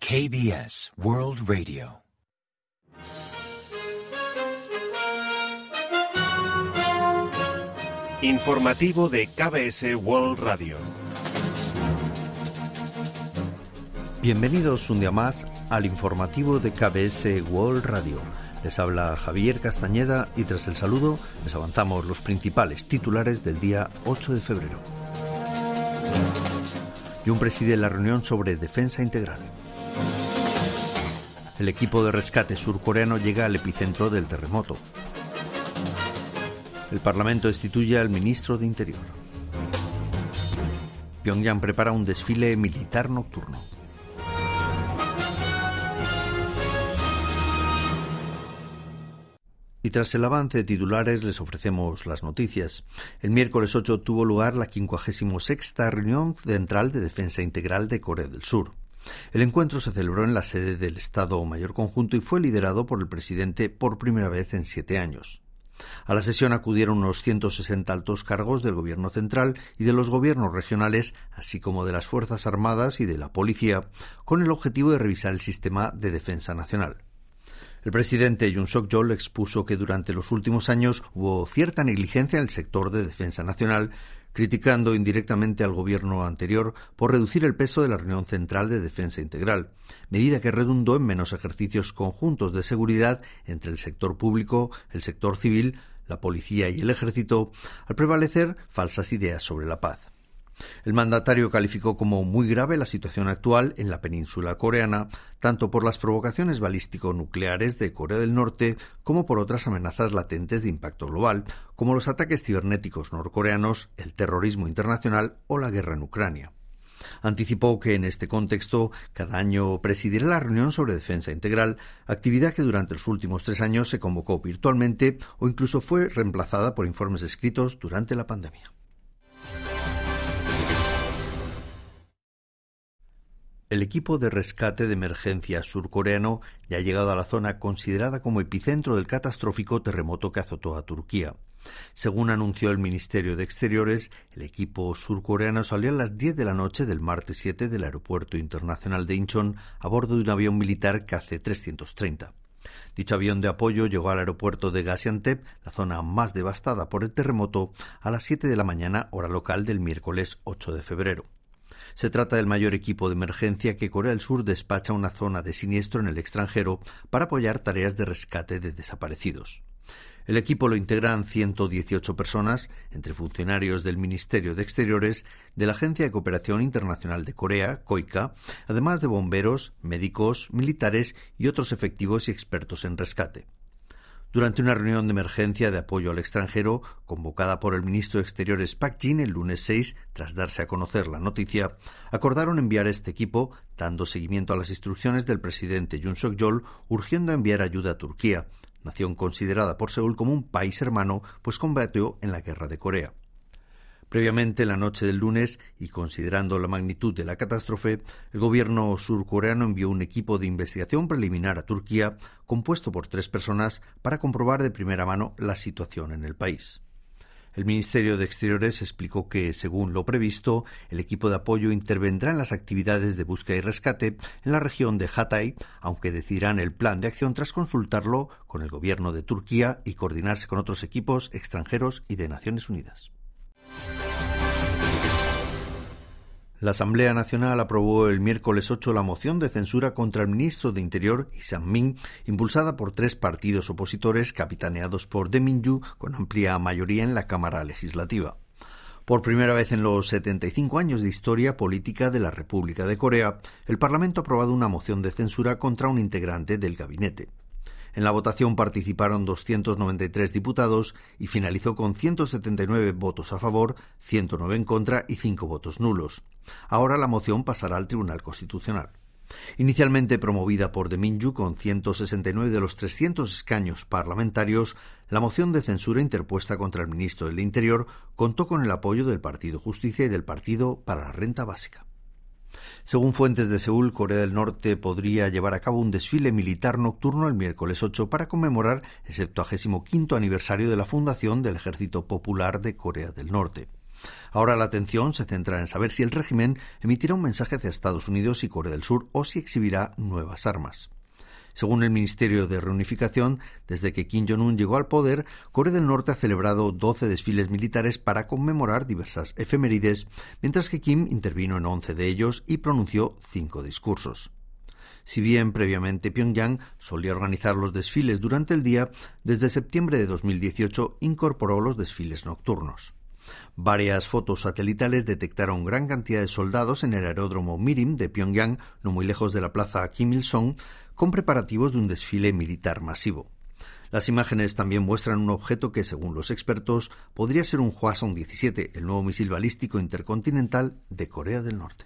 KBS World Radio. Informativo de KBS World Radio. Bienvenidos un día más al informativo de KBS World Radio. Les habla Javier Castañeda y tras el saludo les avanzamos los principales titulares del día 8 de febrero. Jun preside la reunión sobre defensa integral. El equipo de rescate surcoreano llega al epicentro del terremoto. El Parlamento destituye al ministro de Interior. Pyongyang prepara un desfile militar nocturno. Y tras el avance de titulares les ofrecemos las noticias. El miércoles 8 tuvo lugar la 56ª reunión central de defensa integral de Corea del Sur. El encuentro se celebró en la sede del Estado Mayor Conjunto y fue liderado por el presidente por primera vez en 7 años. A la sesión acudieron unos 160 altos cargos del gobierno central y de los gobiernos regionales, así como de las Fuerzas Armadas y de la Policía, con el objetivo de revisar el sistema de defensa nacional. El presidente Yoon Suk-yeol expuso que durante los últimos años hubo cierta negligencia en el sector de defensa nacional, criticando indirectamente al gobierno anterior por reducir el peso de la reunión central de defensa integral, medida que redundó en menos ejercicios conjuntos de seguridad entre el sector público, el sector civil, la policía y el ejército, al prevalecer falsas ideas sobre la paz. El mandatario calificó como muy grave la situación actual en la península coreana, tanto por las provocaciones balístico-nucleares de Corea del Norte como por otras amenazas latentes de impacto global, como los ataques cibernéticos norcoreanos, el terrorismo internacional o la guerra en Ucrania. Anticipó que en este contexto cada año presidirá la reunión sobre defensa integral, actividad que durante los últimos 3 años se convocó virtualmente o incluso fue reemplazada por informes escritos durante la pandemia. El equipo de rescate de emergencia surcoreano ya ha llegado a la zona considerada como epicentro del catastrófico terremoto que azotó a Turquía. Según anunció el Ministerio de Exteriores, el equipo surcoreano salió a las 10 de la noche del martes 7 del Aeropuerto Internacional de Incheon a bordo de un avión militar KC-330. Dicho avión de apoyo llegó al aeropuerto de Gaziantep, la zona más devastada por el terremoto, a las 7 de la mañana, hora local del miércoles 8 de febrero. Se trata del mayor equipo de emergencia que Corea del Sur despacha a una zona de siniestro en el extranjero para apoyar tareas de rescate de desaparecidos. El equipo lo integran 118 personas, entre funcionarios del Ministerio de Exteriores, de la Agencia de Cooperación Internacional de Corea, KOICA, además de bomberos, médicos, militares y otros efectivos y expertos en rescate. Durante una reunión de emergencia de apoyo al extranjero, convocada por el ministro de Exteriores Park Jin el lunes 6, tras darse a conocer la noticia, acordaron enviar este equipo, dando seguimiento a las instrucciones del presidente Yoon Suk-yeol, urgiendo a enviar ayuda a Turquía, nación considerada por Seúl como un país hermano, pues combatió en la guerra de Corea. Previamente, la noche del lunes, y considerando la magnitud de la catástrofe, el gobierno surcoreano envió un equipo de investigación preliminar a Turquía, compuesto por 3 personas, para comprobar de primera mano la situación en el país. El Ministerio de Exteriores explicó que, según lo previsto, el equipo de apoyo intervendrá en las actividades de búsqueda y rescate en la región de Hatay, aunque decidirán el plan de acción tras consultarlo con el gobierno de Turquía y coordinarse con otros equipos extranjeros y de Naciones Unidas. La Asamblea Nacional aprobó el miércoles 8 la moción de censura contra el ministro de Interior, Lee Sang-min, impulsada por 3 partidos opositores capitaneados por Lee Min-ju, con amplia mayoría en la Cámara Legislativa. Por primera vez en los 75 años de historia política de la República de Corea, el Parlamento ha aprobado una moción de censura contra un integrante del gabinete. En la votación participaron 293 diputados y finalizó con 179 votos a favor, 109 en contra y 5 votos nulos. Ahora la moción pasará al Tribunal Constitucional. Inicialmente promovida por Lee Min-ju con 169 de los 300 escaños parlamentarios, la moción de censura interpuesta contra el ministro del Interior contó con el apoyo del Partido Justicia y del Partido para la Renta Básica. Según fuentes de Seúl, Corea del Norte podría llevar a cabo un desfile militar nocturno el miércoles 8 para conmemorar el 75º aniversario de la fundación del Ejército Popular de Corea del Norte. Ahora la atención se centra en saber si el régimen emitirá un mensaje hacia Estados Unidos y Corea del Sur o si exhibirá nuevas armas. Según el Ministerio de Reunificación, desde que Kim Jong-un llegó al poder, Corea del Norte ha celebrado 12 desfiles militares para conmemorar diversas efemérides, mientras que Kim intervino en 11 de ellos y pronunció 5 discursos. Si bien previamente Pyongyang solía organizar los desfiles durante el día, desde septiembre de 2018 incorporó los desfiles nocturnos. Varias fotos satelitales detectaron gran cantidad de soldados en el aeródromo Mirim de Pyongyang, no muy lejos de la plaza Kim Il-sung, con preparativos de un desfile militar masivo. Las imágenes también muestran un objeto que, según los expertos, podría ser un Hwasong-17, el nuevo misil balístico intercontinental de Corea del Norte.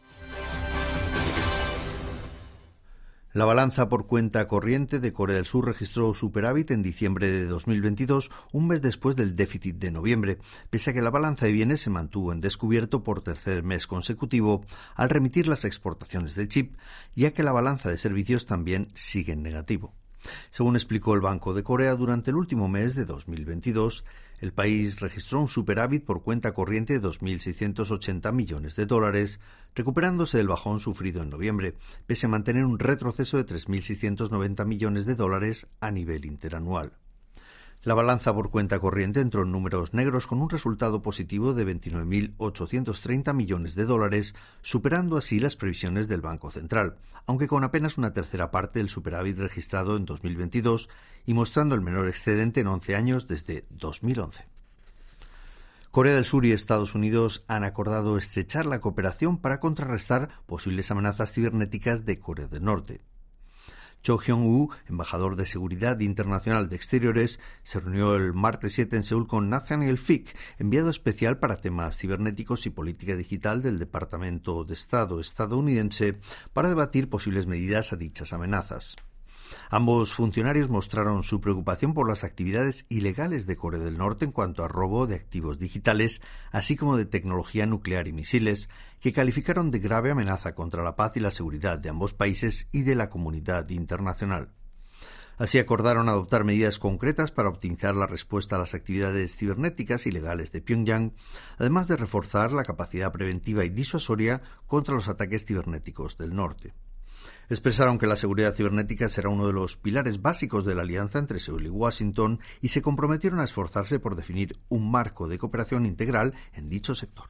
La balanza por cuenta corriente de Corea del Sur registró superávit en diciembre de 2022, un mes después del déficit de noviembre, pese a que la balanza de bienes se mantuvo en descubierto por tercer mes consecutivo al remitir las exportaciones de chip, ya que la balanza de servicios también sigue en negativo. Según explicó el Banco de Corea, durante el último mes de 2022, el país registró un superávit por cuenta corriente de 2.680 millones de dólares, recuperándose del bajón sufrido en noviembre, pese a mantener un retroceso de 3.690 millones de dólares a nivel interanual. La balanza por cuenta corriente entró en números negros con un resultado positivo de 29.830 millones de dólares, superando así las previsiones del Banco Central, aunque con apenas una tercera parte del superávit registrado en 2022 y mostrando el menor excedente en 11 años desde 2011. Corea del Sur y Estados Unidos han acordado estrechar la cooperación para contrarrestar posibles amenazas cibernéticas de Corea del Norte. Cho Hyung-woo, embajador de Seguridad Internacional de Exteriores, se reunió el martes 7 en Seúl con Nathaniel Fick, enviado especial para temas cibernéticos y política digital del Departamento de Estado estadounidense, para debatir posibles medidas a dichas amenazas. Ambos funcionarios mostraron su preocupación por las actividades ilegales de Corea del Norte en cuanto a robo de activos digitales, así como de tecnología nuclear y misiles, que calificaron de grave amenaza contra la paz y la seguridad de ambos países y de la comunidad internacional. Así acordaron adoptar medidas concretas para optimizar la respuesta a las actividades cibernéticas ilegales de Pyongyang, además de reforzar la capacidad preventiva y disuasoria contra los ataques cibernéticos del norte. Expresaron que la seguridad cibernética será uno de los pilares básicos de la alianza entre Seúl y Washington y se comprometieron a esforzarse por definir un marco de cooperación integral en dicho sector.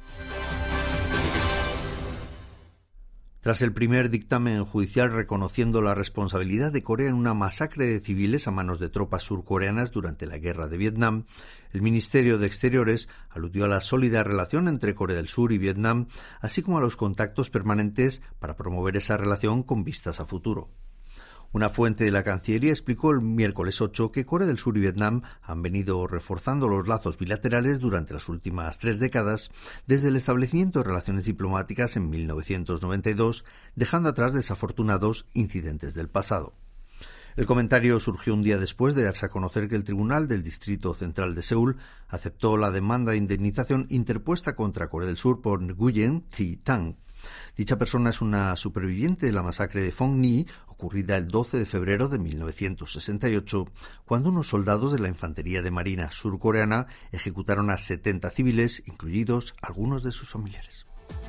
Tras el primer dictamen judicial reconociendo la responsabilidad de Corea en una masacre de civiles a manos de tropas surcoreanas durante la guerra de Vietnam, el Ministerio de Exteriores aludió a la sólida relación entre Corea del Sur y Vietnam, así como a los contactos permanentes para promover esa relación con vistas a futuro. Una fuente de la Cancillería explicó el miércoles 8 que Corea del Sur y Vietnam han venido reforzando los lazos bilaterales durante las últimas 3 décadas, desde el establecimiento de relaciones diplomáticas en 1992, dejando atrás desafortunados incidentes del pasado. El comentario surgió un día después de darse a conocer que el Tribunal del Distrito Central de Seúl aceptó la demanda de indemnización interpuesta contra Corea del Sur por Nguyen Thi Thanh. Dicha persona es una superviviente de la masacre de Phong Ni, ocurrida el 12 de febrero de 1968, cuando unos soldados de la Infantería de Marina surcoreana ejecutaron a 70 civiles, incluidos algunos de sus familiares.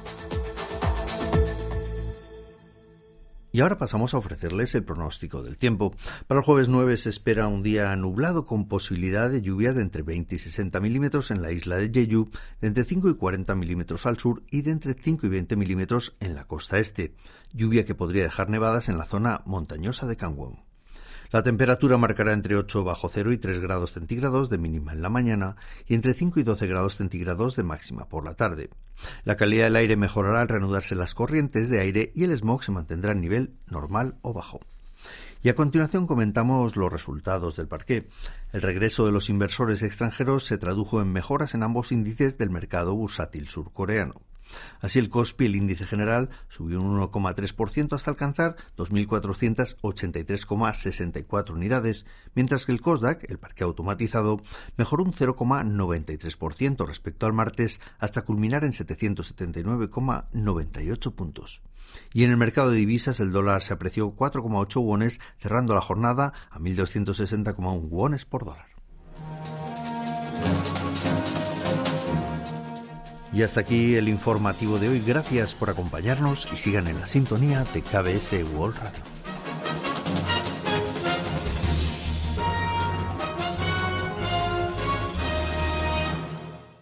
Y ahora pasamos a ofrecerles el pronóstico del tiempo. Para el jueves 9 se espera un día nublado con posibilidad de lluvia de entre 20 y 60 milímetros en la isla de Jeju, de entre 5 y 40 milímetros al sur y de entre 5 y 20 milímetros en la costa este. Lluvia que podría dejar nevadas en la zona montañosa de Gangwon. La temperatura marcará entre 8 bajo cero y 3 grados centígrados de mínima en la mañana y entre 5 y 12 grados centígrados de máxima por la tarde. La calidad del aire mejorará al reanudarse las corrientes de aire y el smog se mantendrá en nivel normal o bajo. Y a continuación comentamos los resultados del parqué. El regreso de los inversores extranjeros se tradujo en mejoras en ambos índices del mercado bursátil surcoreano. Así el Kospi, el índice general, subió un 1,3% hasta alcanzar 2.483,64 unidades, mientras que el Kosdaq, el parque automatizado, mejoró un 0,93% respecto al martes hasta culminar en 779,98 puntos. Y en el mercado de divisas el dólar se apreció 4,8 wones, cerrando la jornada a 1.260,1 wones por dólar. Y hasta aquí el informativo de hoy. Gracias por acompañarnos y sigan en la sintonía de KBS World Radio.